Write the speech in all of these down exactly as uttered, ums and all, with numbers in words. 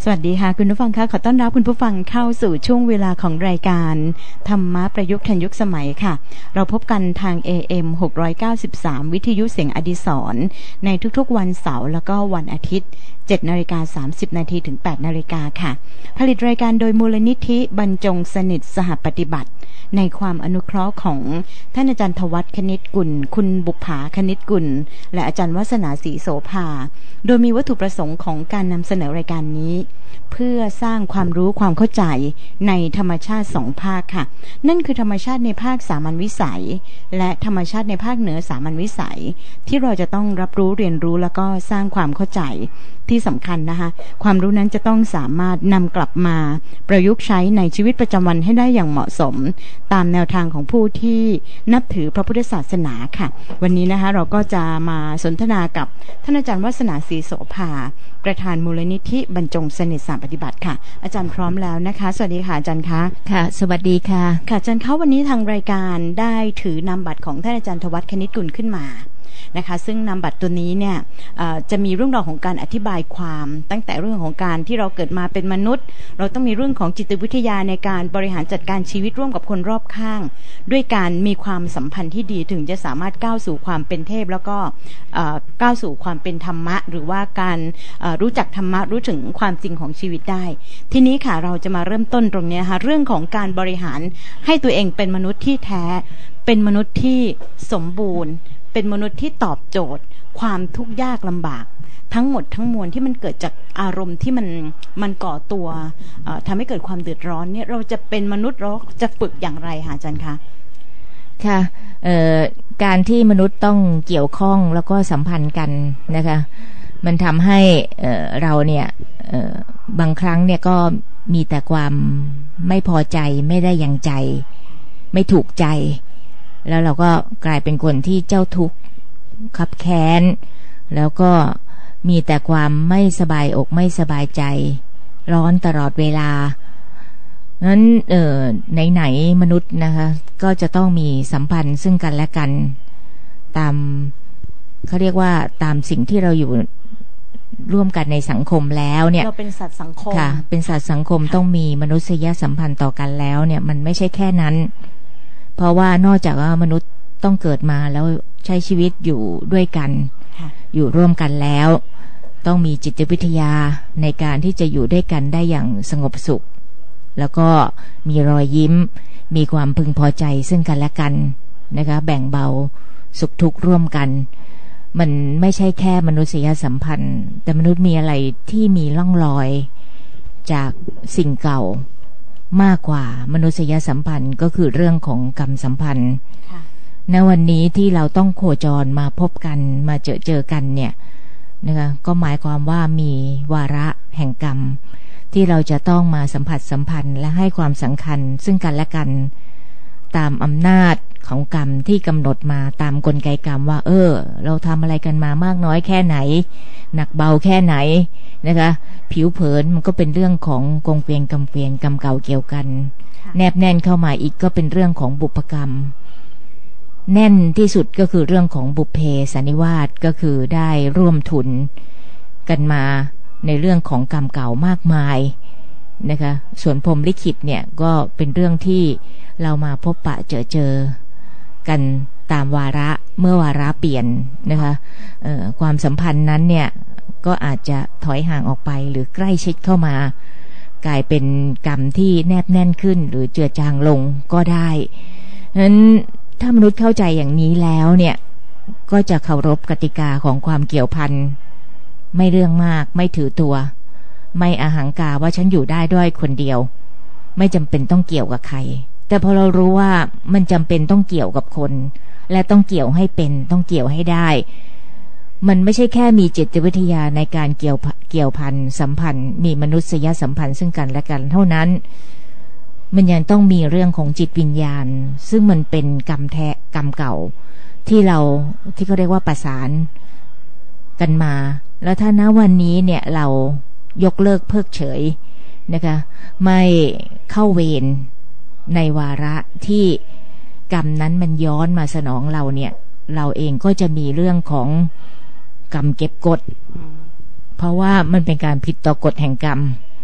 สวัสดีค่ะคุณผู้ฟังคะขอต้อนรับคุณผู้ฟังเข้าสู่ช่วงเวลาของรายการธรรมะประยุกต์ทันยุคสมัยค่ะเราพบกันทาง เอ เอ็ม หกร้อยเก้าสิบสาม วิทยุเสียงอดิศรในทุกๆวันเสาร์แล้วก็วันอาทิตย์ เจ็ดนาฬิกาสามสิบนาทีถึง แปดนาฬิกาค่ะผลิตรายการโดยมูลนิธิบรรจงสนิทสหปฏิบัติในความอนุเคราะห์ของท่านอาจารย์ธวัชคณิตกุลคุณบุภาคณิตกุลและอาจารย์วัฒนาศรีโสภาโดยมีวัตถุประสงค์ของการนำเสนอรายการนี้เพื่อสร้างความรู้ความเข้าใจในธรรมชาติสองภาคค่ะนั่นคือธรรมชาติในภาคสามัญวิสัยและธรรมชาติในภาคเหนือสามัญวิสัยที่เราจะต้องรับรู้เรียนรู้แล้วก็สร้างความเข้าใจที่สำคัญนะคะความรู้นั้นจะต้องสามารถนำกลับมาประยุกต์ใช้ในชีวิตประจำวันให้ได้อย่างเหมาะสมตามแนวทางของผู้ที่นับถือพระพุทธศาสนาค่ะวันนี้นะคะเราก็จะมาสนทนากับท่านอาจารย์วัฒนาศรีโสภาประธานมูลนิธิบรรจงสนิทสหปฏิบัติค่ะอาจารย์พร้อมแล้วนะคะสวัสดีค่ะอาจารย์คะค่ะสวัสดีค่ะค่ะอาจารย์คะวันนี้ทางรายการได้ถือนามบัตรของท่านอาจารย์ธวัชคณิตกุลขึ้นมานะคะซึ่งนามบัตรตัวนี้เนี่ยจะมีเรื่องราวของการอธิบายความตั้งแต่เรื่องของการที่เราเกิดมาเป็นมนุษย์เราต้องมีเรื่องของจิตวิทยาในการบริหารจัดการชีวิตร่วมกับคนรอบข้างด้วยการมีความสัมพันธ์ที่ดีถึงจะสามารถก้าวสู่ความเป็นเทพแล้วก็ก้าวสู่ความเป็นธรรมะหรือว่าการรู้จักธรรมะรู้ถึงความจริงของชีวิตได้ทีนี้ค่ะเราจะมาเริ่มต้นตรงนี้ค่ะเรื่องของการบริหารให้ตัวเองเป็นมนุษย์ที่แท้เป็นมนุษย์ที่สมบูรณ์เป็นมนุษย์ที่ตอบโจทย์ความทุกข์ยากลำบากทั้งหมดทั้งมวลที่มันเกิดจากอารมณ์ที่มันมันก่อตัวทำให้เกิดความเดือดร้อนเนี่ยเราจะเป็นมนุษย์เราจะฝึกอย่างไรคะอาจารย์คะค่ะการที่มนุษย์ต้องเกี่ยวข้องแล้วก็สัมพันธ์กันนะคะมันทำให้เราเนี่ยบางครั้งเนี่ยก็มีแต่ความไม่พอใจไม่ได้อย่างใจไม่ถูกใจแล้วเราก็กลายเป็นคนที่เจ้าทุกข์คับแค้นแล้วก็มีแต่ความไม่สบายอกไม่สบายใจร้อนตลอดเวลานั้นเอ่อไหนๆมนุษย์นะคะก็จะต้องมีสัมพันธ์ซึ่งกันและกันตามเขาเรียกว่าตามสิ่งที่เราอยู่ร่วมกันในสังคมแล้วเนี่ยเราเป็นสัตว์สังคมค่ะเป็นสัตว์สังคมต้องมีมนุษยสัมพันธ์ต่อกันแล้วเนี่ยมันไม่ใช่แค่นั้นเพราะว่านอกจากว่ามนุษย์ต้องเกิดมาแล้วใช้ชีวิตอยู่ด้วยกันอยู่ร่วมกันแล้วต้องมีจิตวิทยาในการที่จะอยู่ด้วยกันได้อย่างสงบสุขแล้วก็มีรอยยิ้มมีความพึงพอใจซึ่งกันและกันนะคะแบ่งเบาสุขทุกข์ร่วมกันมันไม่ใช่แค่มนุษยสัมพันธ์แต่มนุษย์มีอะไรที่มีร่องรอยจากสิ่งเก่ามากกว่ามนุษยสัมพันธ์ก็คือเรื่องของกรรมสัมพันธ์ณวันนี้ที่เราต้องโคจรมาพบกันมาเจอเจอกันเนี่ยนะคะก็หมายความว่ามีวาระแห่งกรรมที่เราจะต้องมาสัมผัสสัมพันธ์และให้ความสำคัญซึ่งกันและกันตามอำนาจของกรรมที่กำหนดมาตามกลไกกรรมว่าเออเราทำอะไรกันมามากน้อยแค่ไหนหนักเบาแค่ไหนนะคะผิวเผินมันก็เป็นเรื่องของกงเกวียนกำเกวียนกรรมเก่าเกี่ยวกันแนบแน่นเข้ามาอีกก็เป็นเรื่องของบุพกรรมแน่นที่สุดก็คือเรื่องของบุพเพสันนิวาสก็คือได้ร่วมทุนกันมาในเรื่องของกรรมเก่ามากมายนะคะส่วนพรหมลิขิตเนี่ยก็เป็นเรื่องที่เรามาพบปะเจอเจอกันตามวาระเมื่อวาระเปลี่ยนนะคะความสัมพันธ์นั้นเนี่ยก็อาจจะถอยห่างออกไปหรือใกล้ชิดเข้ามากลายเป็นกรรมที่แนบแน่นขึ้นหรือเจือจางลงก็ได้ฉะนั้นถ้ามนุษย์เข้าใจอย่างนี้แล้วเนี่ยก็จะเคารพกติกาของความเกี่ยวพันไม่เรื่องมากไม่ถือตัวไม่อหังการว่าฉันอยู่ได้ด้วยคนเดียวไม่จำเป็นต้องเกี่ยวกับใครแต่พอเรารู้ว่ามันจำเป็นต้องเกี่ยวกับคนและต้องเกี่ยวให้เป็นต้องเกี่ยวให้ได้มันไม่ใช่แค่มีจิตวิทยาในการเกี่ยวเกี่ยวพันสัมพันธ์มีมนุษยสัมพันธ์ซึ่งกันและกันเท่านั้นมันยังต้องมีเรื่องของจิตวิญญาณซึ่งมันเป็นกรรมแท้กรรมเก่าที่เราที่เขาเรียกว่าประสานกันมาแล้วถ้าณวันนี้เนี่ยเรายกเลิกเพิกเฉยนะคะไม่เข้าเวรในวาระที่กรรมนั้นมันย้อนมาสนองเราเนี่ยเราเองก็จะมีเรื่องของกรรมเก็บกดเพราะว่ามันเป็นการผิดต่อกฎแห่งกรรม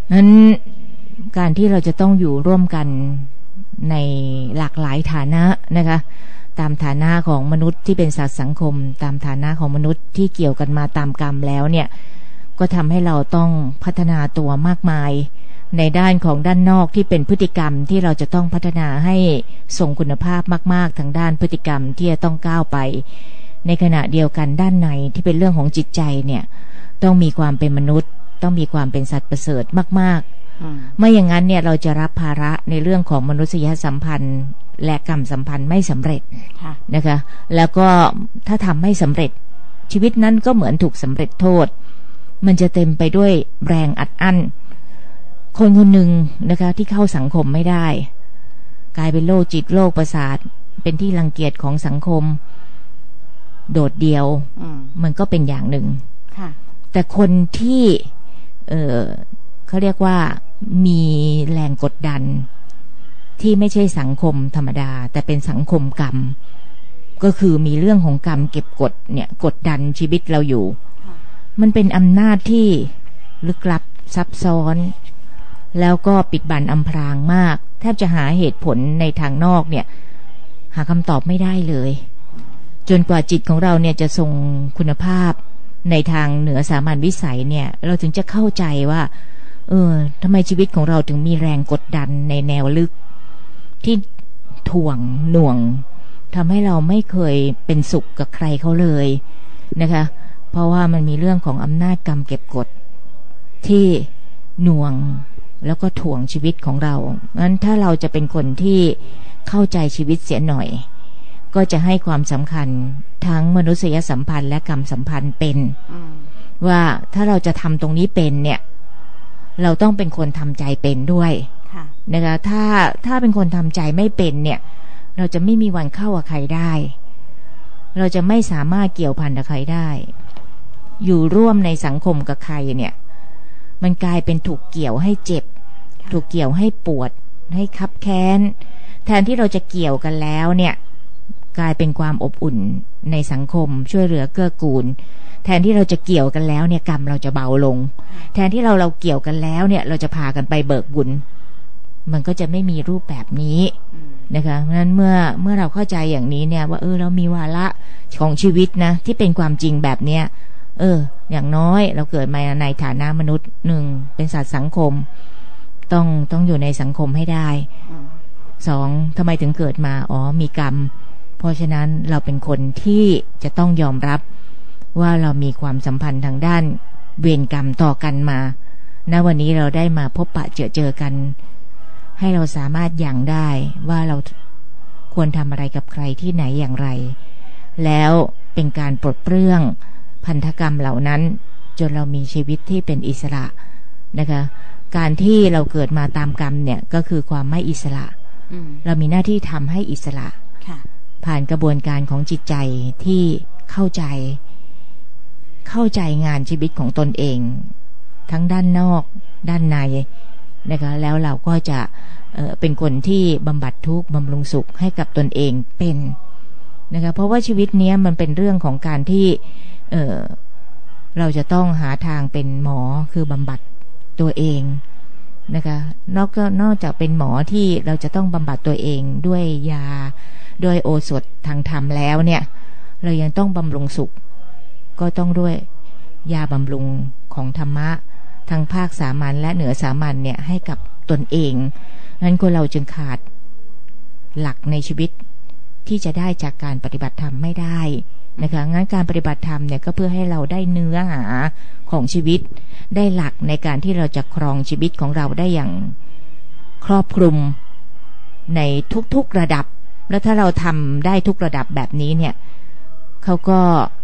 นั้นการที่เราจะต้องอยู่ร่วมกันในหลากหลายฐานะนะคะตามฐานะของมนุษย์ที่เป็นสัตว์สังคมตามฐานะของมนุษย์ที่เกี่ยวกันมาตามกรรมแล้วเนี่ยก็ทำให้เราต้องพัฒนาตัวมากมายในด้านของด้านนอกที่เป็นพฤติกรรมที่เราจะต้องพัฒนาให้ทรงคุณภาพมากๆทางด้านพฤติกรรมที่จะต้องก้าวไปในขณะเดียวกันด้านในที่เป็นเรื่องของจิตใจเนี่ยต้องมีความเป็นมนุษย์ต้องมีความเป็นสัตว์ประเสริฐมากๆไม่อย่างนั้นเนี่ยเราจะรับภาระในเรื่องของมนุษยสัมพันธ์และกรรมสัมพันธ์ไม่สำเร็จนะคะแล้วก็ถ้าทำไม่สำเร็จชีวิตนั้นก็เหมือนถูกสำเร็จโทษมันจะเต็มไปด้วยแรงอัดอั้นคนคนหนึ่งนะคะที่เข้าสังคมไม่ได้กลายเป็นโรคจิตโรคประสาทเป็นที่รังเกียจของสังคมโดดเดี่ยวมันก็เป็นอย่างหนึ่งแต่คนที่เออเขาเรียกว่ามีแรงกดดันที่ไม่ใช่สังคมธรรมดาแต่เป็นสังคมกรรมก็คือมีเรื่องของกรรมเก็บกดเนี่ยกดดันชีวิตเราอยู่มันเป็นอำนาจที่ลึกลับซับซ้อนแล้วก็ปิดบังอำพรางมากแทบจะหาเหตุผลในทางนอกเนี่ยหาคำตอบไม่ได้เลยจนกว่าจิตของเราเนี่ยจะทรงคุณภาพในทางเหนือสามัญวิสัยเนี่ยเราถึงจะเข้าใจว่าเออทำไมชีวิตของเราถึงมีแรงกดดันในแนวลึกที่ถ่วงหน่วงทำให้เราไม่เคยเป็นสุขกับใครเขาเลยนะคะเพราะว่ามันมีเรื่องของอำนาจกรรมเก็บกดที่หน่วงแล้วก็ถ่วงชีวิตของเรางั้นถ้าเราจะเป็นคนที่เข้าใจชีวิตเสียหน่อยก็จะให้ความสำคัญทั้งมนุษยสัมพันธ์และกรรมสัมพันธ์เป็นว่าถ้าเราจะทำตรงนี้เป็นเนี่ยเราต้องเป็นคนทำใจเป็นด้วยนะคะถ้าถ้าเป็นคนทำใจไม่เป็นเนี่ยเราจะไม่มีวันเข้ากับใครได้เราจะไม่สามารถเกี่ยวพันกับใครได้อยู่ร่วมในสังคมกับใครเนี่ยมันกลายเป็นถูกเกี่ยวให้เจ็บถูกเกี่ยวให้ปวดให้คับแค้นแทนที่เราจะเกี่ยวกันแล้วเนี่ยกลายเป็นความอบอุ่นในสังคมช่วยเหลือเกื้อกูลแทนที่เราจะเกี่ยวกันแล้วเนี่ยกรรมเราจะเบาลงแทนที่เราเราเกี่ยวกันแล้วเนี่ยเราจะพากันไปเบิกบุญมันก็จะไม่มีรูปแบบนี้นะคะเพราะฉะนั้นเมื่อเมื่อเราเข้าใจอย่างนี้เนี่ยว่าเออเรามีวาระของชีวิตนะที่เป็นความจริงแบบเนี้ยเอออย่างน้อยเราเกิดมาในฐานะมนุษย์หนึ่งเป็นสัตว์สังคมต้องต้องอยู่ในสังคมให้ได้สองทำไมถึงเกิดมาอ๋อมีกรรมเพราะฉะนั้นเราเป็นคนที่จะต้องยอมรับว่าเรามีความสัมพันธ์ทางด้านเวรกรรมต่อกันมาณวันนี้เราได้มาพบปะเจอเจอกันให้เราสามารถหยั่งได้ว่าเราควรทำอะไรกับใครที่ไหนอย่างไรแล้วเป็นการปลดเปลื้องพันธกรรมเหล่านั้นจนเรามีชีวิตที่เป็นอิสระนะคะการที่เราเกิดมาตามกรรมเนี่ยก็คือความไม่อิสระเรามีหน้าที่ทำให้อิสระผ่านกระบวนการของจิตใจที่เข้าใจเข้าใจงานชีวิตของตนเองทั้งด้านนอกด้านในนะคะแล้วเราก็จะเอ่อเป็นคนที่บำบัดทุกข์บำรุงสุขให้กับตนเองเป็นนะคะเพราะว่าชีวิตนี้มันเป็นเรื่องของการที่เอ่อเราจะต้องหาทางเป็นหมอคือบำบัดตัวเองนะคะนอกก็นอกจากเป็นหมอที่เราจะต้องบำบัดตัวเองด้วยยาด้วยโอสถทางธรรมแล้วเนี่ยเรายังต้องบำรุงสุขก็ต้องด้วยยาบำรุงของธรรมะทั้งภาคสามัญและเหนือสามัญเนี่ยให้กับตนเองนั้นคนเราจึงขาดหลักในชีวิตที่จะได้จากการปฏิบัติธรรมไม่ได้นะคะงั้นการปฏิบัติธรรมเนี่ยก็เพื่อให้เราได้เนื้อหาของชีวิตได้หลักในการที่เราจะครองชีวิตของเราได้อย่างครอบคลุมในทุกๆระดับแล้วถ้าเราทำได้ทุกระดับแบบนี้เนี่ยเขาก็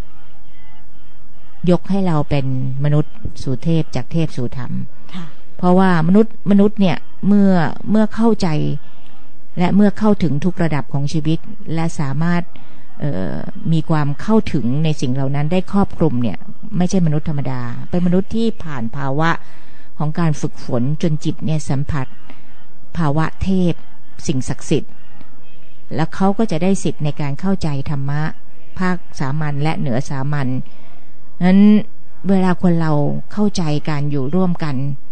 ยกให้เราเป็นมนุษย์สู่เทพจากเทพสู่ธรรมเพราะว่ามนุษย์มนุษย์เนี่ยเมื่อเมื่อเข้าใจและเมื่อเข้าถึงทุกระดับของชีวิตและสามารถมีความเข้าถึงในสิ่งเหล่านั้นได้ครอบคลุมเนี่ยไม่ใช่มนุษย์ธรรมดาเป็นมนุษย์ที่ผ่านภาวะของการฝึกฝนจนจิตเนี่ยสัมผัสภาวะเทพสิ่งศักดิ์สิทธิ์แล้วเขาก็จะได้สิทธิ์ในการเข้าใจธรรมะภาคสามัญและเหนือสามัญนั้นเวลาคนเราเข้าใจการอยู่ร่วมกัน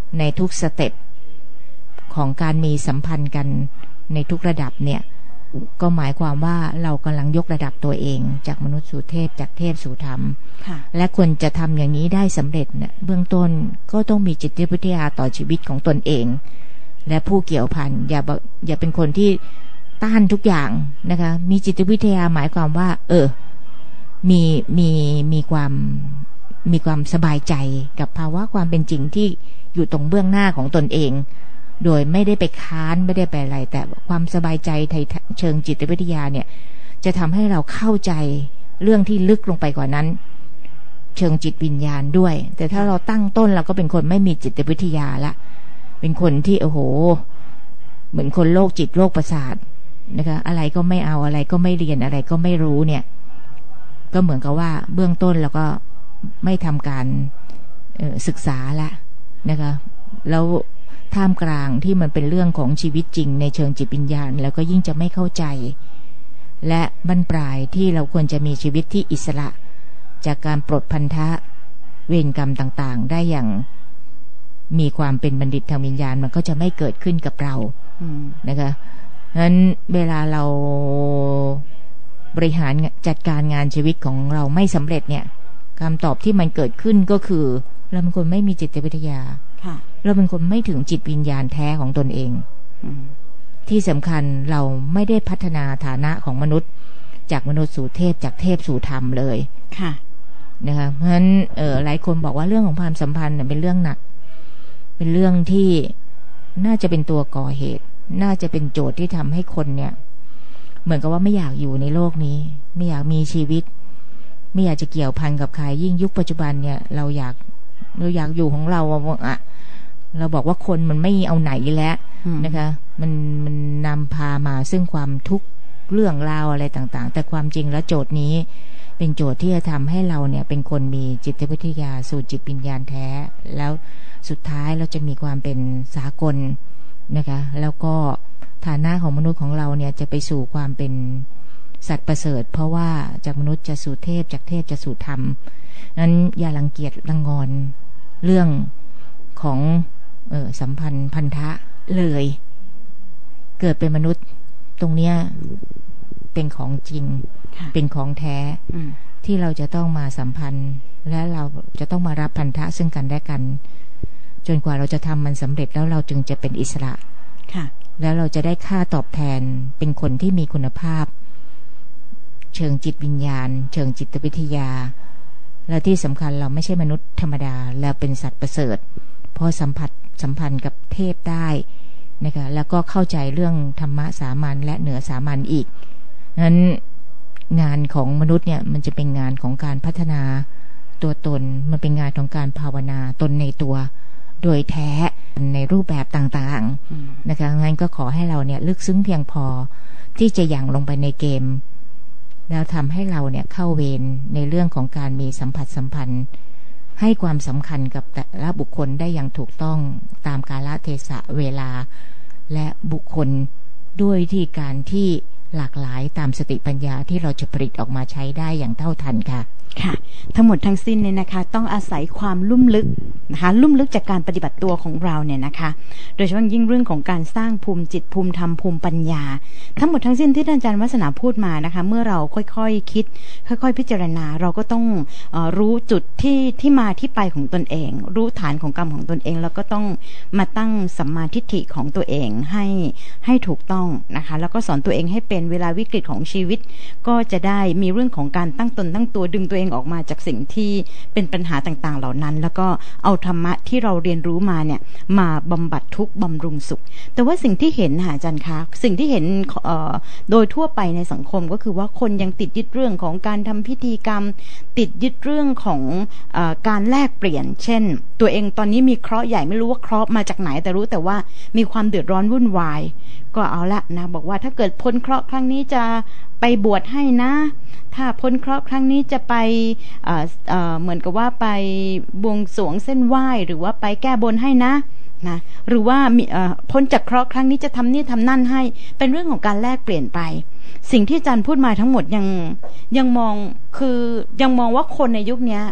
ในทุกสเต็ปของการมีสัมพันธ์กันในทุกระดับเนี่ยก็หมายความว่าเรากำลังยกระดับตัวเองจากมนุษย์สู่เทพจากเทพสู่ธรรมและควรจะทำอย่างนี้ได้สำเร็จเนี่ยเบื้องต้นก็ต้องมีจิตวิทยาต่อชีวิตของตนเองและผู้เกี่ยวพันอย่าอย่าเป็นคนที่ต้านทุกอย่างนะคะมีจิตวิทยาหมายความว่าเออมีมีมีความมีความสบายใจกับภาวะความเป็นจริงที่อยู่ตรงเบื้องหน้าของตนเองโดยไม่ได้ไปค้านไม่ได้ไปอะไรแต่ความสบายใจในเชิงจิตวิทยาเนี่ยจะทำให้เราเข้าใจเรื่องที่ลึกลงไปกว่านั้นเชิงจิตวิญญาณด้วยแต่ถ้าเราตั้งต้นเราก็เป็นคนไม่มีจิตวิทยาละเป็นคนที่โอ้โหเหมือนคนโรคจิตโรคประสาทนะคะอะไรก็ไม่เอาอะไรก็ไม่เรียนอะไรก็ไม่รู้เนี่ยก็เหมือนกับว่าเบื้องต้นเราก็ไม่ทำการศึกษาละนะคะแล้วท่ามกลางที่มันเป็นเรื่องของชีวิตจริงในเชิงจิตวิญญาณแล้วก็ยิ่งจะไม่เข้าใจและบั้นปลายที่เราควรจะมีชีวิตที่อิสระจากการปลดพันธะเวรกรรมต่างๆได้อย่างมีความเป็นบัณฑิตทางวิญญาณมันก็จะไม่เกิดขึ้นกับเรานะคะฉะนั้นเวลาเราบริหารจัดการงานชีวิตของเราไม่สำเร็จเนี่ยคำตอบที่มันเกิดขึ้นก็คือเราเป็นคนไม่มีจิตวิทยาเราเป็นคนไม่ถึงจิตวิญญาณแท้ของตนเองที่สำคัญเราไม่ได้พัฒนาฐานะของมนุษย์จากมนุษย์สู่เทพจากเทพสู่ธรรมเลยค่ะนะคะเพราะฉะนั้นเออหลายคนบอกว่าเรื่องของความสัมพันธ์เป็นเรื่องหนักเป็นเรื่องที่น่าจะเป็นตัวก่อเหตุน่าจะเป็นโจทย์ที่ทำให้คนเนี่ยเหมือนกับว่าไม่อยากอยู่ในโลกนี้ไม่อยากมีชีวิตไม่อยากจะเกี่ยวพันกับใครยิ่งยุคปัจจุบันเนี่ยเราอยากเราอยากอยู่ของเราอะเราบอกว่าคนมันไม่เอาไหนแล้วนะคะมันมันนำพามาซึ่งความทุกข์เรื่องราวอะไรต่างๆแต่ความจริงแล้วโจทย์นี้เป็นโจทย์ที่จะทำให้เราเนี่ยเป็นคนมีจิตวิทยาสู่จิตวิญญาณแท้แล้วสุดท้ายเราจะมีความเป็นสากลนะคะแล้วก็ฐานะของมนุษย์ของเราเนี่ยจะไปสู่ความเป็นสัตว์ประเสริฐเพราะว่าจากมนุษย์จะสู่เทพจากเทพจะสู่ธรรมนั้นอย่ารังเกียจรังงอนเรื่องของเอ่อสัมพันธ์พันธะเลยเกิดเป็นมนุษย์ตรงเนี้ยเป็นของจริงเป็นของแท้ที่เราจะต้องมาสัมพันธ์และเราจะต้องมารับพันธะซึ่งกันและกันจนกว่าเราจะทำมันสำเร็จแล้วเราจึงจะเป็นอิสระแล้วเราจะได้ค่าตอบแทนเป็นคนที่มีคุณภาพเชิงจิตวิญญาณเชิงจิตวิทยาและที่สำคัญเราไม่ใช่มนุษย์ธรรมดาเราเป็นสัตว์ประเสริฐเพราะสัมผัสสัมพันธ์กับเทพได้นะคะแล้วก็เข้าใจเรื่องธรรมะสามัญและเหนือสามัญอีกนั้นงานของมนุษย์เนี่ยมันจะเป็นงานของการพัฒนาตัวตนมันเป็นงานของการภาวนาตนในตัวโดยแท้ในรูปแบบต่างๆนะคะงั้นก็ขอให้เราเนี่ยลึกซึ้งเพียงพอที่จะหยั่งลงไปในเกมแล้วทำให้เราเนี่ยเข้าเวรในเรื่องของการมีสัมผัสสัมพันธ์ให้ความสำคัญกับแต่ละบุคคลได้อย่างถูกต้องตามกาลเทศะเวลาและบุคคลด้วยที่การที่หลากหลายตามสติปัญญาที่เราจะผลิตออกมาใช้ได้อย่างเท่าทันค่ะค่ะทั้งหมดทั้งสิ้นเนี่ยนะคะต้องอาศัยความลุ่มลึกนะคะลุ่มลึกจากการปฏิบัติตัวของเราเนี่ยนะคะโดยเฉพาะยิ่งเรื่องของการสร้างภูมิจิตภูมิธรรมภูมิปัญญาทั้งหมดทั้งสิ้นที่ท่านอาจารย์วัฒนาพูดมานะคะเมื่อเราค่อยๆ ค, คิดค่อยๆพิจารณาเราก็ต้องเอ่อรู้จุดที่ที่มาที่ไปของตนเองรู้ฐานของกรรมของตนเองแล้วก็ต้องมาตั้งสัมมาทิฏฐิของตัวเองให้ให้ถูกต้องนะคะแล้วก็สอนตัวเองให้เป็นเวลาวิกฤตของชีวิตก็จะได้มีเรื่องของการตั้งตนตั้งตัวดึงตัวเองออกมาจากสิ่งที่เป็นปัญหาต่างๆเหล่านั้นแล้วก็เอาธรรมะที่เราเรียนรู้มาเนี่ยมาบำบัดทุกข์บำรุงสุขแต่ว่าสิ่งที่เห็นค่ะอาจารย์คะสิ่งที่เห็นโดยทั่วไปในสังคมก็คือว่าคนยังติดยึดเรื่องของการทำพิธีกรรมติดยึดเรื่องของเอ่อการแลกเปลี่ยนเช่นตัวเองตอนนี้มีเคราะห์ใหญ่ไม่รู้ว่าเคราะห์มาจากไหนแต่รู้แต่ว่ามีความเดือดร้อนวุ่นวายก็เอาละนะบอกว่าถ้าเกิดพ้นเคราะห์ครั้งนี้จะไปบวชให้นะถ้าพ้นเคราะห์ครั้งนี้จะไปเอ่อเอ่อเหมือนกับว่าไปบวงสรวงเส้นไหว้หรือว่าไปแก้บนให้นะนะหรือว่ามีเอ่อพ้นจากเคราะห์ครั้งนี้จะทำนี่ทำนั่นให้เป็นเรื่องของการแลกเปลี่ยนไปสิ่งที่อาจารย์พูดมาทั้งหมดยังยังมองคือยังมองว่าคนในยุคนี้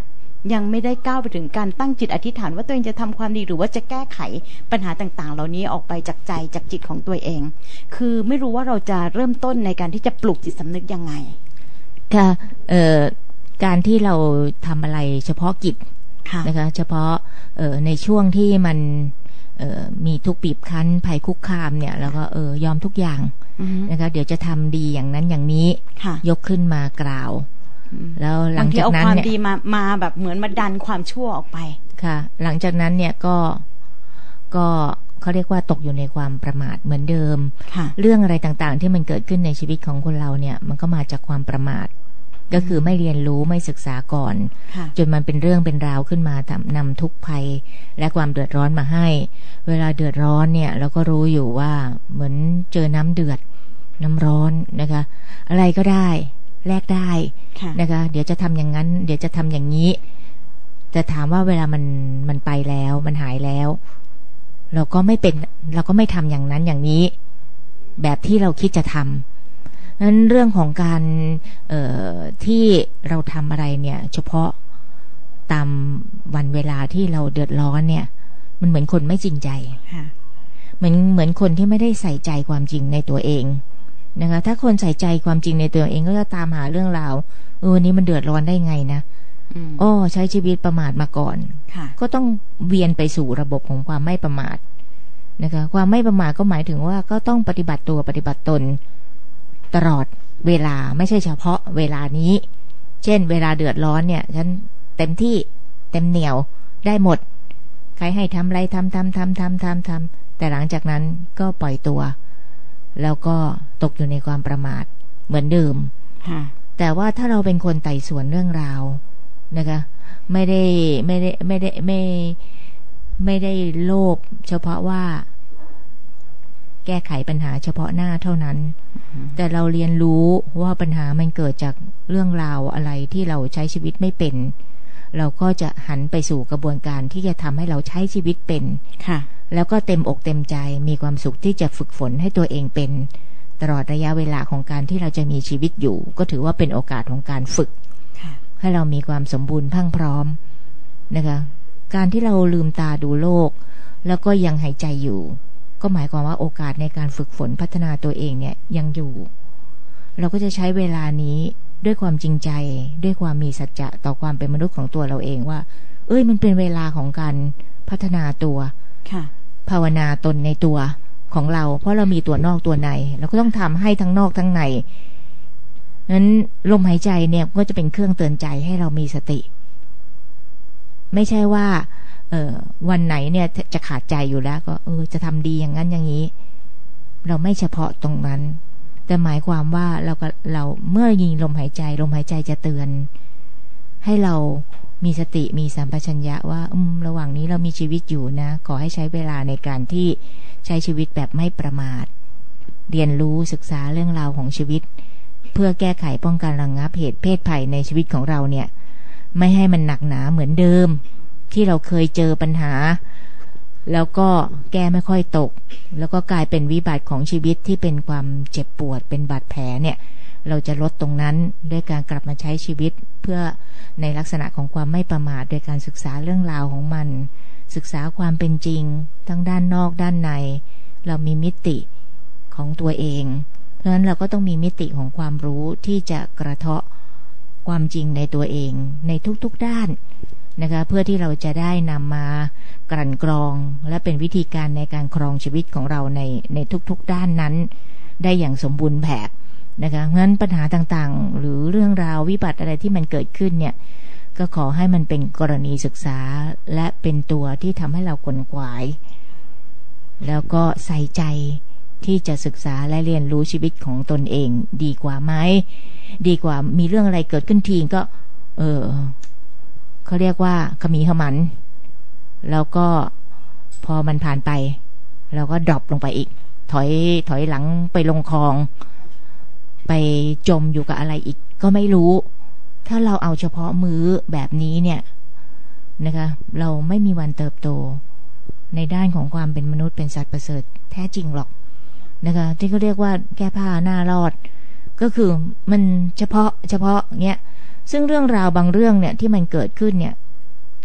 ยังไม่ได้ก้าวไปถึงการตั้งจิตอธิษฐานว่าตัวเองจะทำความดีหรือว่าจะแก้ไขปัญหาต่างๆเหล่านี้ออกไปจากใจจากจิตของตัวเองคือไม่รู้ว่าเราจะเริ่มต้นในการที่จะปลูกจิตสำนึกยังไงค่ะเอ่อการที่เราทำอะไรเฉพาะกิจนะคะเฉพาะเอ่อในช่วงที่มันเอ่อมีทุกปีบคั้นภัยคุกคามเนี่ยแล้วก็เออยอมทุกอย่างนะคะเดี๋ยวจะทำดีอย่างนั้นอย่างนี้ยกขึ้นมากล่าวแล้วหลังจากนั้นเนี่ยเอาความดีมามาแบบเหมือนมาดันความชั่วออกไปค่ะหลังจากนั้นเนี่ยก็ก็เขาเรียกว่าตกอยู่ในความประมาทเหมือนเดิมเรื่องอะไรต่างๆที่มันเกิดขึ้นในชีวิตของคนเราเนี่ยมันก็มาจากความประมาทก็คือไม่เรียนรู้ไม่ศึกษาก่อนจนมันเป็นเรื่องเป็นราวขึ้นมาทำนำทุกข์ภัยและความเดือดร้อนมาให้เวลาเดือดร้อนเนี่ยเราก็รู้อยู่ว่าเหมือนเจอน้ำเดือดน้ำร้อนนะคะอะไรก็ได้แลกได้นะคะเดี๋ยวจะทำอย่างนั้นเดี๋ยวจะทำอย่างนี้แต่ถามว่าเวลามันมันไปแล้วมันหายแล้วเราก็ไม่เป็นเราก็ไม่ทำอย่างนั้นอย่างนี้แบบที่เราคิดจะทำนั้นเรื่องของการเอ่อที่เราทำอะไรเนี่ยเฉพาะตามวันเวลาที่เราเดือดร้อนเนี่ยมันเหมือนคนไม่จริงใจเหมือนเหมือนคนที่ไม่ได้ใส่ใจความจริงในตัวเองนะคะถ้าคนใส่ใจความจริงในตัวเองก็จะตามหาเรื่องราวเออนี้มันเดือดร้อนได้ไงนะอ๋อใช้ชีวิตประมาทมาก่อนก็ต้องเวียนไปสู่ระบบของความไม่ประมาทนะคะความไม่ประมาทก็หมายถึงว่าก็ต้องปฏิบัติตัวปฏิบัติตนตลอดเวลาไม่ใช่เฉพาะเวลานี้เช่นเวลาเดือดร้อนเนี่ยฉันเต็มที่เต็มเหนียวได้หมดใครให้ทำอะไรทำทำทำทำทำทำแต่หลังจากนั้นก็ปล่อยตัวแล้วก็ตกอยู่ในความประมาทเหมือนเดิมแต่ว่าถ้าเราเป็นคนไต่สวนเรื่องราวนะคะไม่ได้ไม่ได้ไม่ได้ไม่ไม่ได้โลภเฉพาะว่าแก้ไขปัญหาเฉพาะหน้าเท่านั้นแต่เราเรียนรู้ว่าปัญหามันเกิดจากเรื่องราวอะไรที่เราใช้ชีวิตไม่เป็นเราก็จะหันไปสู่กระบวนการที่จะทำให้เราใช้ชีวิตเป็นค่ะแล้วก็เต็มอกเต็มใจมีความสุขที่จะฝึกฝนให้ตัวเองเป็นตลอดระยะเวลาของการที่เราจะมีชีวิตอยู่ก็ถือว่าเป็นโอกาสของการฝึกให้เรามีความสมบูรณ์พังพร้อมนะคะการที่เราลืมตาดูโลกแล้วก็ยังหายใจอยู่ก็หมายความว่าโอกาสในการฝึกฝนพัฒนาตัวเองเนี่ยยังอยู่เราก็จะใช้เวลานี้ด้วยความจริงใจด้วยความมีสัจจะต่อความเป็นมนุษย์ของตัวเราเองว่าเอ้ยมันเป็นเวลาของการพัฒนาตัวภาวนาตนในตัวของเราเพราะเรามีตัวนอกตัวในเราก็ต้องทำให้ทั้งนอกทั้งในนั้นลมหายใจเนี่ยก็จะเป็นเครื่องเตือนใจให้เรามีสติไม่ใช่ว่าเออวันไหนเนี่ยจะขาดใจอยู่แล้วก็เออจะทำดีอย่างนั้นอย่างนี้เราไม่เฉพาะตรงนั้นแต่หมายความว่าเราก็เราเมื่อยิงลมหายใจลมหายใจจะเตือนให้เรามีสติมีสัมปชัญญะว่าอืมระหว่างนี้เรามีชีวิตอยู่นะขอให้ใช้เวลาในการที่ใช้ชีวิตแบบไม่ประมาทเรียนรู้ศึกษาเรื่องราวของชีวิตเพื่อแก้ไขป้องกันระงับเหตุเพศภัยในชีวิตของเราเนี่ยไม่ให้มันหนักหนาเหมือนเดิมที่เราเคยเจอปัญหาแล้วก็แก้ไม่ค่อยตกแล้วก็กลายเป็นวิบัติของชีวิตที่เป็นความเจ็บปวดเป็นบาดแผลเนี่ยเราจะลดตรงนั้นด้วยการกลับมาใช้ชีวิตเพื่อในลักษณะของความไม่ประมาทโดยการศึกษาเรื่องราวของมันศึกษาความเป็นจริงทั้งด้านนอกด้านในเรามีมิติของตัวเองเพราะฉะนั้นเราก็ต้องมีมิติของความรู้ที่จะกระเทาะความจริงในตัวเองในทุกๆด้านนะคะเพื่อที่เราจะได้นำมากลั่นกรองและเป็นวิธีการในการครองชีวิตของเราในในทุกๆด้านนั้นได้อย่างสมบูรณ์แบบนะคะงั้นปัญหาต่างๆหรือเรื่องราววิบัติอะไรที่มันเกิดขึ้นเนี่ยก็ขอให้มันเป็นกรณีศึกษาและเป็นตัวที่ทำให้เราขวนขวายแล้วก็ใส่ใจที่จะศึกษาและเรียนรู้ชีวิตของตนเองดีกว่าไหมดีกว่ามีเรื่องอะไรเกิดขึ้นทีก็เออเขาเรียกว่าขมีขมันแล้วก็พอมันผ่านไปเราก็ดรอปลงไปอีกถอยถอยหลังไปลงคลองไปจมอยู่กับอะไรอีกก็ไม่รู้ถ้าเราเอาเฉพาะมื้อแบบนี้เนี่ยนะคะเราไม่มีวันเติบโตในด้านของความเป็นมนุษย์เป็นสัตว์ประเสริฐแท้จริงหรอกนะคะที่เขาเรียกว่าแก้ผ้าหน้ารอดก็คือมันเฉพาะเฉพาะเนี้ยซึ่งเรื่องราวบางเรื่องเนี่ยที่มันเกิดขึ้นเนี่ย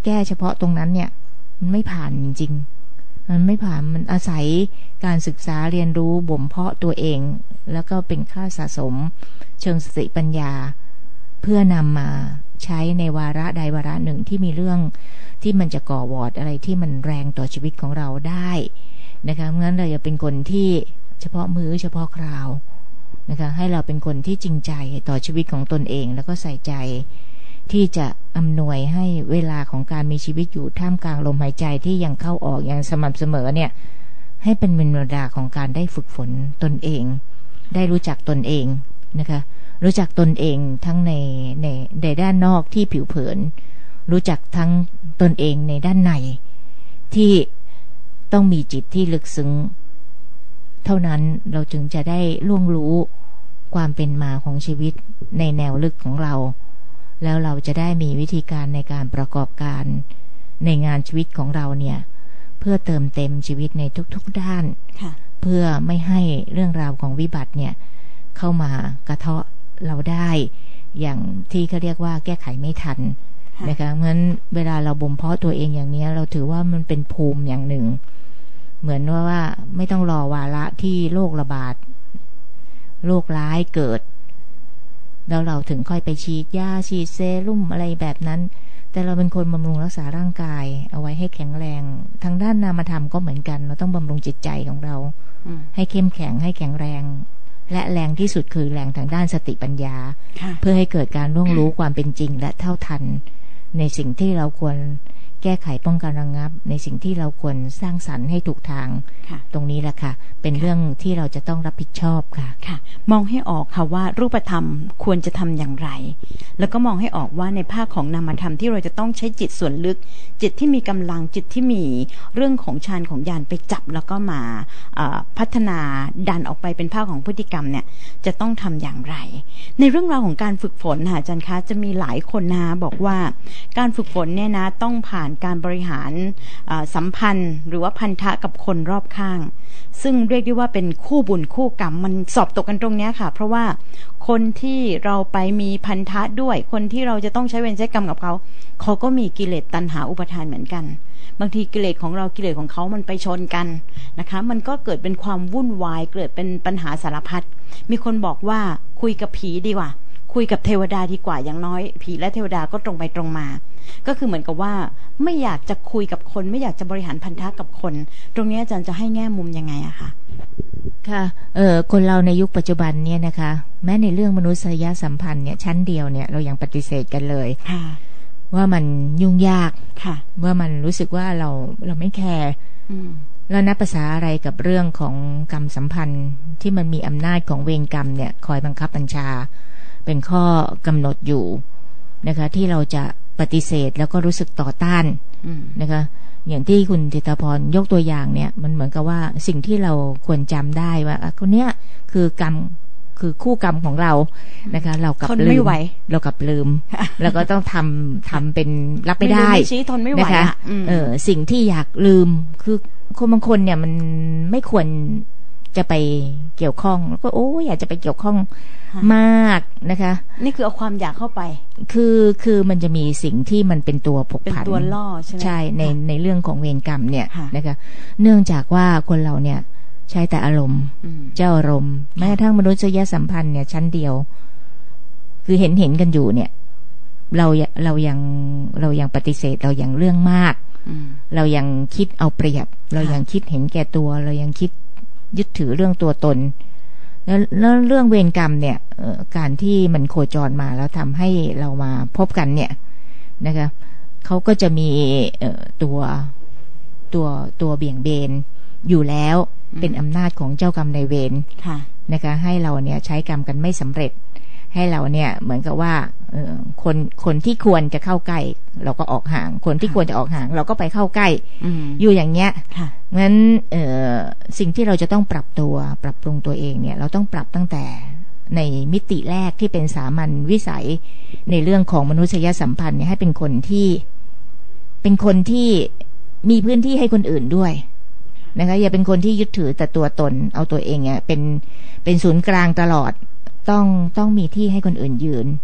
แก้เฉพาะตรงนั้นเนี่ยมันไม่ผ่านจริงๆมันไม่ผ่านมันอาศัยการศึกษาเรียนรู้บ่มเพาะตัวเองแล้วก็เป็นค่าสะสมเชิงสติปัญญาเพื่อนำมาใช้ในวาระใดวาระหนึ่งที่มีเรื่องที่มันจะก่อวอร์ดอะไรที่มันแรงต่อชีวิตของเราได้นะคะงั้นเราอย่าเป็นคนที่เฉพาะมื้อเฉพาะคราวนะคะให้เราเป็นคนที่จริงใจต่อชีวิตของตนเองแล้วก็ใส่ใจที่จะอำนวยให้เวลาของการมีชีวิตอยู่ท่ามกลางลมหายใจที่ยังเข้าออกอย่างสม่ำเสมอเนี่ยให้เป็นเวลาของการได้ฝึกฝนตนเองได้รู้จักตนเองนะคะรู้จักตนเองทั้งในในในด้านนอกที่ผิวเผินรู้จักทั้งตนเองในด้านในที่ต้องมีจิตที่ลึกซึ้งเท่านั้นเราจึงจะได้ล่วงรู้ความเป็นมาของชีวิตในแนวลึกของเราแล้วเราจะได้มีวิธีการในการประกอบการในงานชีวิตของเราเนี่ยเพื่อเติมเต็มชีวิตในทุกๆด้านเพื่อไม่ให้เรื่องราวของวิบัติเนี่ยเข้ามากระเทาะเราได้อย่างที่เขาเรียกว่าแก้ไขไม่ทันนะคะเพราะฉะนั้นเวลาเราบ่มเพาะตัวเองอย่างนี้เราถือว่ามันเป็นภูมิอย่างหนึ่งเหมือนว่าว่าไม่ต้องรอวาระที่โรคระบาดโรคร้ายเกิดแล้วเราถึงค่อยไปฉีดยาฉีดเซรุ่มอะไรแบบนั้นแต่เราเป็นคนบำรุงรักษาร่างกายเอาไว้ให้แข็งแรงทางด้านนามธรรมก็เหมือนกันเราต้องบำรุงจิตใจของเราให้เข้มแข็งให้แข็งแรงและแรงที่สุดคือแรงทางด้านสติปัญญาเพื่อให้เกิดการล่วงรู้ความเป็นจริงและเท่าทันในสิ่งที่เราควรแก้ไขป้องกันระงับในสิ่งที่เราควรสร้างสรรค์ให้ถูกทางตรงนี้แหละค่ะเป็นเรื่องที่เราจะต้องรับผิดชอบค่ะค่ะมองให้ออกค่ะว่ารูปธรรมควรจะทำอย่างไรแล้วก็มองให้ออกว่าในภาคของนามธรรมที่เราจะต้องใช้จิตส่วนลึกจิตที่มีกำลังจิตที่มีเรื่องของฌานของญาณไปจับแล้วก็มาพัฒนาดันออกไปเป็นภาคของพฤติกรรมเนี่ยจะต้องทำอย่างไรในเรื่องราวของการฝึกฝนค่ะอาจารย์คะจะมีหลายคนนะบอกว่าการฝึกฝนเนี่ยนะต้องผ่านการบริหารสัมพันธ์หรือว่าพันธะกับคนรอบข้างซึ่งเรียกได้ว่าเป็นคู่บุญคู่กรรมมันสอบตกกันตรงนี้ค่ะเพราะว่าคนที่เราไปมีพันธะด้วยคนที่เราจะต้องใช้เวรใช้กรรมกับเขาเขาก็มีกิเลสตัณหาอุปทานเหมือนกันบางทีกิเลสของเรากิเลสของเขามันไปชนกันนะคะมันก็เกิดเป็นความวุ่นวายเกิดเป็นปัญหาสารพัดมีคนบอกว่าคุยกับผีดีกว่าคุยกับเทวดาดีกว่าอย่างน้อยผีและเทวดาก็ตรงไปตรงมาก็คือเหมือนกับว่าไม่อยากจะคุยกับคนไม่อยากจะบริหารพันธะกับคนตรงนี้อาจารย์จะให้แง่มุมยังไงอะคะค่ะเออคนเราในยุคปัจจุบันเนี่ยนะคะแม้ในเรื่องมนุษยสัมพันธ์เนี่ยชั้นเดียวเนี่ยเรายังปฏิเสธกันเลยว่ามันยุ่งยากว่ามันรู้สึกว่าเราเราไม่แคร์แล้วนับภาษาอะไรกับเรื่องของกรรมสัมพันธ์ที่มันมีอำนาจของเวรกรรมเนี่ยคอยบังคับบัญชาเป็นข้อกำหนดอยู่นะคะที่เราจะปฏิเสธแล้วก็รู้สึกต่อต้านนะคะอย่างที่คุณธิตาพรยกตัวอย่างเนี่ยมันเหมือนกับว่าสิ่งที่เราควรจำได้ว่าคนเนี้ยคือกรรมคือคู่กรรมของเรานะคะเรากับลืมเรากับลืมแล้วก็ต้องทำทำเป็นรับไม่ได้นะคะเออสิ่งที่อยากลืมคือคนบางคนเนี่ยมันไม่ควรจะไปเกี่ยวข้องแล้วก็โอ้อยากจะไปเกี่ยวข้องมากนะคะนี่คือเอาความอยากเข้าไปคือคือมันจะมีสิ่งที่มันเป็นตัวผกผันเป็นตัวล่อใช่ไหมใช่ในในเรื่องของเวรกรรมเนี่ยนะคะเนื่องจากว่าคนเราเนี่ยใช้แต่อารมณ์เจ้าอารมณ์แม้กระทั่งมนุษยสัมพันธ์เนี่ยชั้นเดียวคือเห็นเห็นกันอยู่เนี่ยเราเรายังเรายังปฏิเสธเรายังเรื่องมากเรายังคิดเอาเปรียบเรายังคิดเห็นแก่ตัวเรายังคิดยึดถือเรื่องตัวตนแล้วแล้วเรื่องเวรกรรมเนี่ยการที่มันโคจรมาแล้วทำให้เรามาพบกันเนี่ยนะคะเขาก็จะมีตัวตัวตัวเบี่ยงเบนอยู่แล้วเป็นอำนาจของเจ้ากรรมนายเวรนะคะให้เราเนี่ยใช้กรรมกันไม่สำเร็จให้เราเนี่ยเหมือนกับว่าคนคนที่ควรจะเข้าใกล้เราก็ออกห่างคนที่ควรจะออกห่างเราก็ไปเข้าใกล้อยู่อย่างเงี้ยงั้นสิ่งที่เราจะต้องปรับตัวปรับปรุงตัวเองเนี่ยเราต้องปรับตั้งแต่ในมิติแรกที่เป็นสามัญวิสัยในเรื่องของมนุษยสัมพันธ์เนี่ยให้เป็นคนที่เป็นคนที่มีพื้นที่ให้คนอื่นด้วยนะคะอย่าเป็นคนที่ยึดถือแต่ตัวตนเอาตัวเองเนี่ยเป็นเป็นศูนย์กลางตลอดต้องต้องมีที่ให้คนอื่นยืน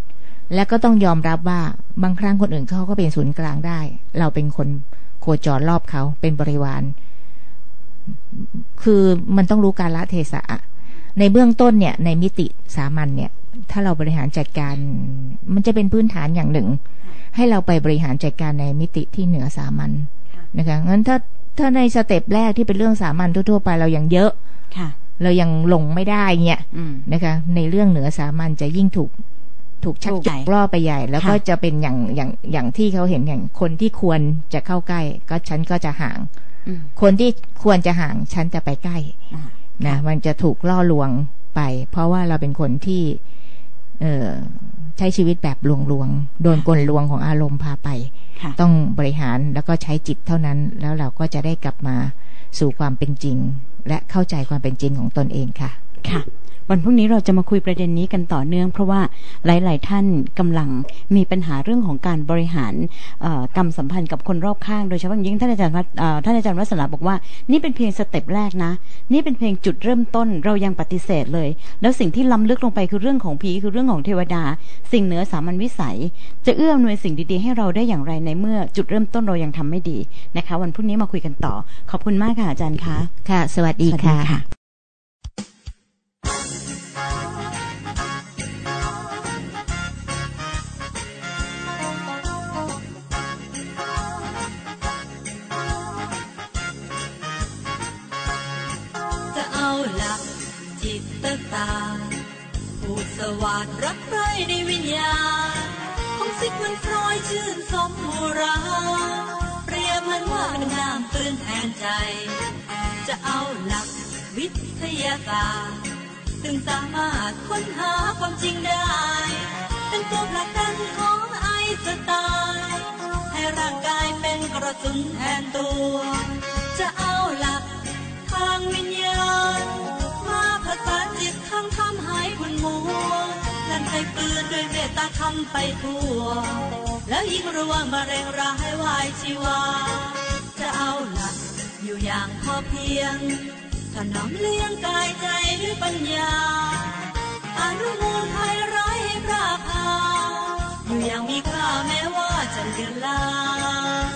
และก็ต้องยอมรับว่าบางครั้งคนอื่นเขาก็เป็นศูนย์กลางได้เราเป็นคนโคจรรอบเขาเป็นบริวารคือมันต้องรู้กาลเทศะในเบื้องต้นเนี่ยในมิติสามัญเนี่ยถ้าเราบริหารจัดการมันจะเป็นพื้นฐานอย่างหนึ่งให้เราไปบริหารจัดการในมิติที่เหนือสามัญนะคะงั้นถ้าถ้าในสเต็ปแรกที่เป็นเรื่องสามัญทั่วๆไปเรายังเยอะเรายังลงไม่ได้เนี่ยนะคะในเรื่องเหนือสามัญจะยิ่งถูกถูกชักจูงล่อไปใหญ่แล้วก็จะเป็นอย่างอย่างอย่างที่เขาเห็นอย่างคนที่ควรจะเข้าใกล้ก็ฉันก็จะห่างคนที่ควรจะห่างฉันจะไปใกล้นะมันจะถูกล่อลวงไปเพราะว่าเราเป็นคนที่เอ่อใช้ชีวิตแบบลวงๆโดนกลลวงของอารมณ์พาไปต้องบริหารแล้วก็ใช้จิตเท่านั้นแล้วเราก็จะได้กลับมาสู่ความเป็นจริงและเข้าใจความเป็นจริงของตนเองค่ะค่ะวันพรุ่งนี้เราจะมาคุยประเด็นนี้กันต่อเนื่องเพราะว่าหลายๆท่านกำลังมีปัญหาเรื่องของการบริหารกรรมสัมพันธ์กับคนรอบข้างโดยเฉพาะยิ่งท่านอาจารย์ท่านอาจารย์วัฒนาบอกว่านี่เป็นเพียงสเต็ปแรกนะนี่เป็นเพียงจุดเริ่มต้นเรายังปฏิเสธเลยแล้วสิ่งที่ล้ำลึกลงไปคือเรื่องของผีคือเรื่องของเทวดาสิ่งเหนือสามัญวิสัยจะเอื้ออำนวยสิ่งดีๆให้เราได้อย่างไรในเมื่อจุดเริ่มต้นเรายังทำไม่ดีนะคะวันพรุ่งนี้มาคุยกันต่อขอบคุณมากค่ะอาจารย์คะค่ะสวัสดีค่ะสวัสดิ์รักใคร่ในวิญญาณของซิกมันฟรอยชื่นสมโบราณเปรียบมันว่าเป็นน้ำตื้นแทนใจจะเอาหลักวิทยาศาสตร์ซึ่งสามารถค้นหาความจริงได้เป็นตัวผลักดันของไอน์สไตน์ให้ร่างกายเป็นกระสุนแทนตัวจะเอาหลักทางวิญญาณมาผสานจิตทั้งทำให้คุณมัวนั่นใช้ปืนด้วยเมตตาทำไปทั่วแล้วยิ่งระวังมะเร็งร้ายวายชีวาจะเอาหลักอยู่อย่างพอเพียงถนอมเลี้ยงกายใจด้วยปัญญาอนุมูลภัยไร้พระพาอยู่อย่างมีค่าแม้ว่าจะเลือนลาง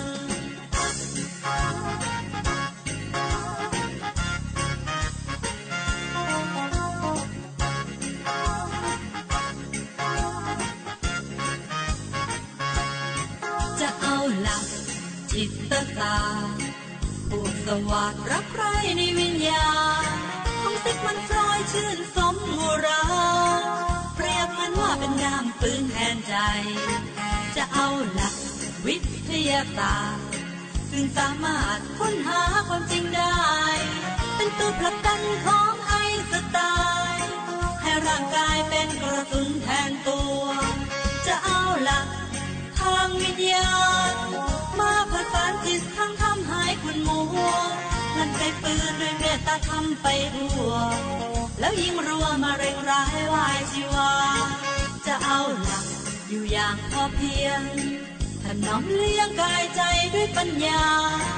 จิตตาผูกสวัสดิ์รักใคร่ในวิญญาณของซิกมันฟรอยชื่นสมโบราณเปรียบมันว่าเป็นน้ำปืนแทนใจจะเอาหลักวิทยาศาสตร์ซึ่งสามารถค้นหาความจริงได้เป็นตัวผลักดันของไอน์สไตน์ให้ร่างกายเป็นกระสุนแทนตัวจะเอาหลักทางวิญญาณมาผสานจิตทั้งทำให้คุณมัวนั่นใช้ปืนด้วยเมตตาทำไปทั่วแล้วยิ่งรัวมะเร็งร้ายวายชีวาจะเอาหลักอยู่อย่างพอเพียงถนอมเลี้ยงกายใจด้วยปัญญา